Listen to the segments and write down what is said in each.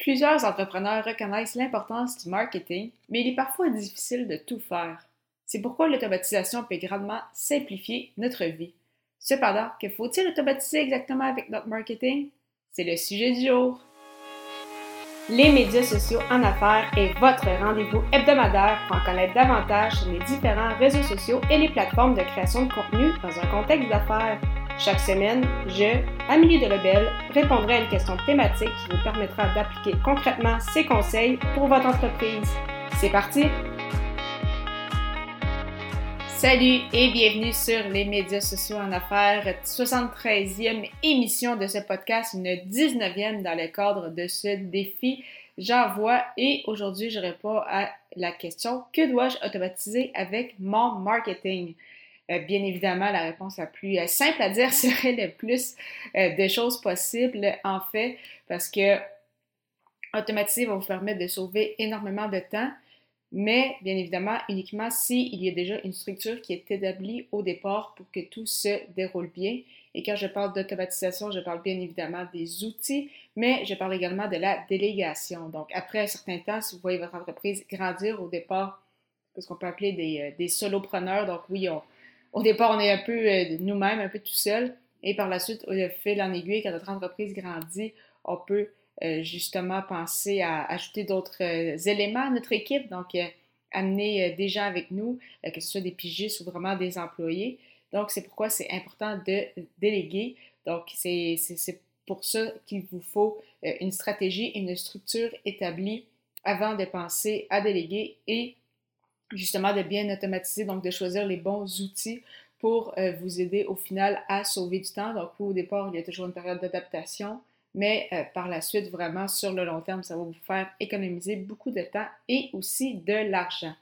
Plusieurs entrepreneurs reconnaissent l'importance du marketing, mais il est parfois difficile de tout faire. C'est pourquoi l'automatisation peut grandement simplifier notre vie. Cependant, que faut-il automatiser exactement avec notre marketing? C'est le sujet du jour. Les médias sociaux en affaires est votre rendez-vous hebdomadaire pour en connaître davantage sur les différents réseaux sociaux et les plateformes de création de contenu dans un contexte d'affaires. Chaque semaine, je, Amélie Delobel, répondrai à une question thématique qui vous permettra d'appliquer concrètement ces conseils pour votre entreprise. C'est parti! Salut et bienvenue sur les médias sociaux en affaires, 73e émission de ce podcast, une 19e dans le cadre de ce défi J'envoie. Et aujourd'hui, je réponds à la question « Que dois-je automatiser avec mon marketing ?» Bien évidemment, la réponse la plus simple à dire serait le plus de choses possibles, en fait, parce que automatiser va vous permettre de sauver énormément de temps, mais bien évidemment uniquement s'il y a déjà une structure qui est établie au départ pour que tout se déroule bien. Et quand je parle d'automatisation, je parle bien évidemment des outils, mais je parle également de la délégation. Donc après un certain temps, si vous voyez votre entreprise grandir au départ, c'est ce qu'on peut appeler des solopreneurs, donc oui, au départ, on est un peu nous-mêmes, un peu tout seul. Et par la suite, au fil en aiguille, quand notre entreprise grandit, on peut justement penser à ajouter d'autres éléments à notre équipe. Donc, amener des gens avec nous, que ce soit des pigistes ou vraiment des employés. Donc, c'est pourquoi c'est important de déléguer. Donc, c'est pour ça qu'il vous faut une stratégie, une structure établie avant de penser à déléguer et justement de bien automatiser, donc de choisir les bons outils pour vous aider au final à sauver du temps. Donc au départ, il y a toujours une période d'adaptation, mais par la suite, vraiment sur le long terme, ça va vous faire économiser beaucoup de temps et aussi de l'argent.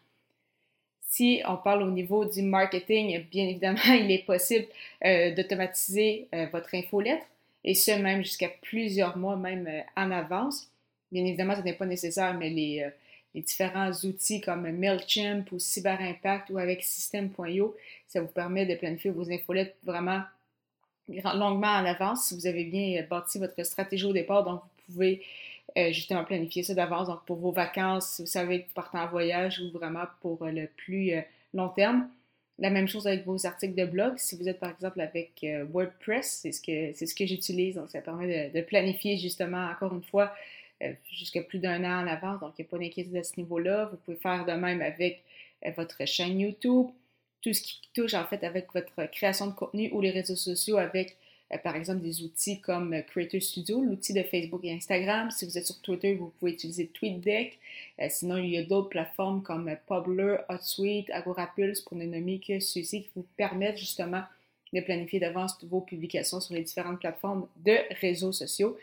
Si on parle au niveau du marketing, bien évidemment, il est possible d'automatiser votre infolettre et ce même jusqu'à plusieurs mois même en avance. Bien évidemment, ce n'est pas nécessaire, mais les différents outils comme MailChimp ou CyberImpact ou avec System.io, ça vous permet de planifier vos infolettes vraiment longuement en avance si vous avez bien bâti votre stratégie au départ. Donc, vous pouvez justement planifier ça d'avance. Donc, pour vos vacances, si vous savez que vous partez en voyage ou vraiment pour le plus long terme. La même chose avec vos articles de blog. Si vous êtes par exemple avec WordPress, c'est ce que j'utilise. Donc, ça permet de planifier justement, encore une fois, jusqu'à plus d'un an en avance, donc il n'y a pas d'inquiétude à ce niveau-là. Vous pouvez faire de même avec votre chaîne YouTube, tout ce qui touche en fait avec votre création de contenu ou les réseaux sociaux avec par exemple des outils comme Creator Studio, l'outil de Facebook et Instagram. Si vous êtes sur Twitter, vous pouvez utiliser TweetDeck. Sinon, il y a d'autres plateformes comme Publer, HotSuite, Agorapulse pour ne nommer que ceux-ci qui vous permettent justement de planifier d'avance vos publications sur les différentes plateformes de réseaux sociaux.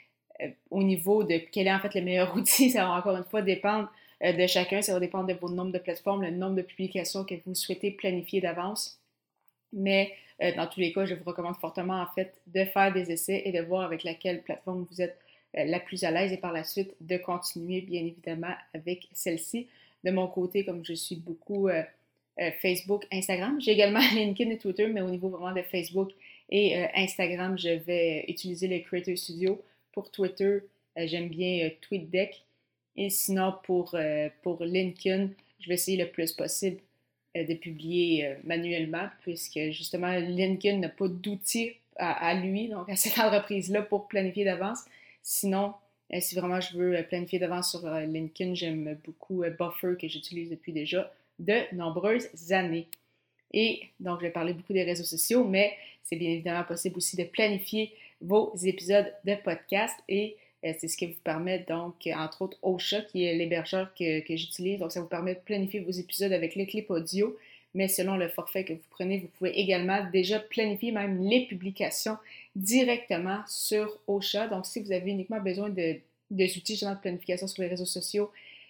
Au niveau de quel est en fait le meilleur outil, ça va encore une fois dépendre de chacun, ça va dépendre de votre nombre de plateformes, le nombre de publications que vous souhaitez planifier d'avance. Mais dans tous les cas, je vous recommande fortement en fait de faire des essais et de voir avec laquelle plateforme vous êtes la plus à l'aise et par la suite de continuer bien évidemment avec celle-ci. De mon côté, comme je suis beaucoup Facebook, Instagram, j'ai également LinkedIn et Twitter, mais au niveau vraiment de Facebook et Instagram, je vais utiliser le Creator Studio. Pour Twitter, j'aime bien TweetDeck. Et sinon, pour LinkedIn, je vais essayer le plus possible de publier manuellement, puisque justement, LinkedIn n'a pas d'outils à lui, donc à cette entreprise-là, pour planifier d'avance. Sinon, si vraiment je veux planifier d'avance sur LinkedIn, j'aime beaucoup Buffer, que j'utilise depuis déjà de nombreuses années. Et donc, je vais parler beaucoup des réseaux sociaux, mais c'est bien évidemment possible aussi de planifier vos épisodes de podcast et c'est ce qui vous permet donc, entre autres, Ocha, qui est l'hébergeur que j'utilise. Donc, ça vous permet de planifier vos épisodes avec le clip audio, mais selon le forfait que vous prenez, vous pouvez également déjà planifier même les publications directement sur Ocha. Donc, si vous avez uniquement besoin de outils justement de planification sur les réseaux sociaux,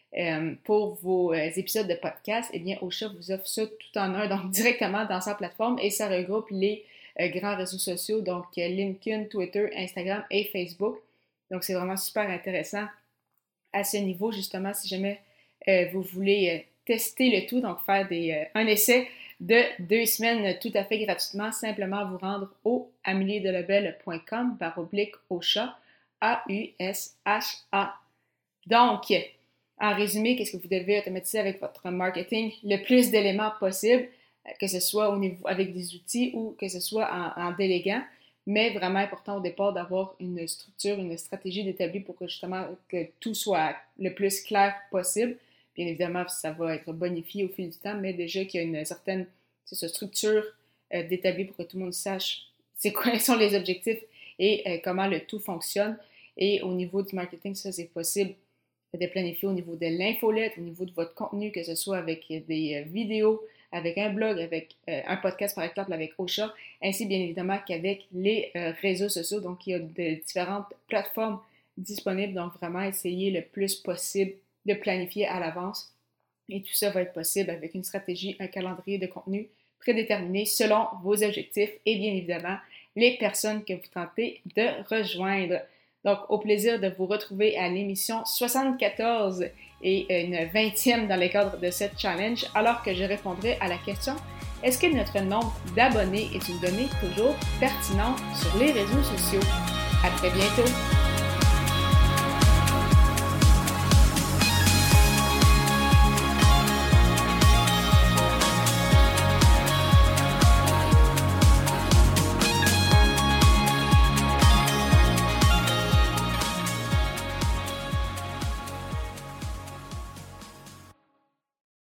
pour vos épisodes de podcast, eh bien, Ocha vous offre ça tout en un, donc directement dans sa plateforme et ça regroupe les grands réseaux sociaux, donc LinkedIn, Twitter, Instagram et Facebook. Donc, c'est vraiment super intéressant à ce niveau, justement, si jamais vous voulez tester le tout, donc faire un essai de 2 semaines tout à fait gratuitement, simplement vous rendre au ameliedelobel.com/Ocha, AUSHA. Donc, en résumé, qu'est-ce que vous devez automatiser avec votre marketing? Le plus d'éléments possible, que ce soit au niveau, avec des outils ou que ce soit en déléguant, mais vraiment important au départ d'avoir une structure, une stratégie d'établie pour que justement que tout soit le plus clair possible. Bien évidemment, ça va être bonifié au fil du temps, mais déjà qu'il y a une certaine structure d'établie pour que tout le monde sache quels sont les objectifs et comment le tout fonctionne. Et au niveau du marketing, ça c'est possible de planifier au niveau de l'infolette, au niveau de votre contenu, que ce soit avec des vidéos, avec un blog, avec un podcast par exemple avec Ocha, ainsi bien évidemment qu'avec les réseaux sociaux. Donc il y a de différentes plateformes disponibles, donc vraiment essayer le plus possible de planifier à l'avance. Et tout ça va être possible avec une stratégie, un calendrier de contenu prédéterminé selon vos objectifs et bien évidemment les personnes que vous tentez de rejoindre. Donc, au plaisir de vous retrouver à l'émission 74 et une 20e dans le cadre de cette challenge, alors que je répondrai à la question « Est-ce que notre nombre d'abonnés est une donnée toujours pertinente sur les réseaux sociaux? » À très bientôt!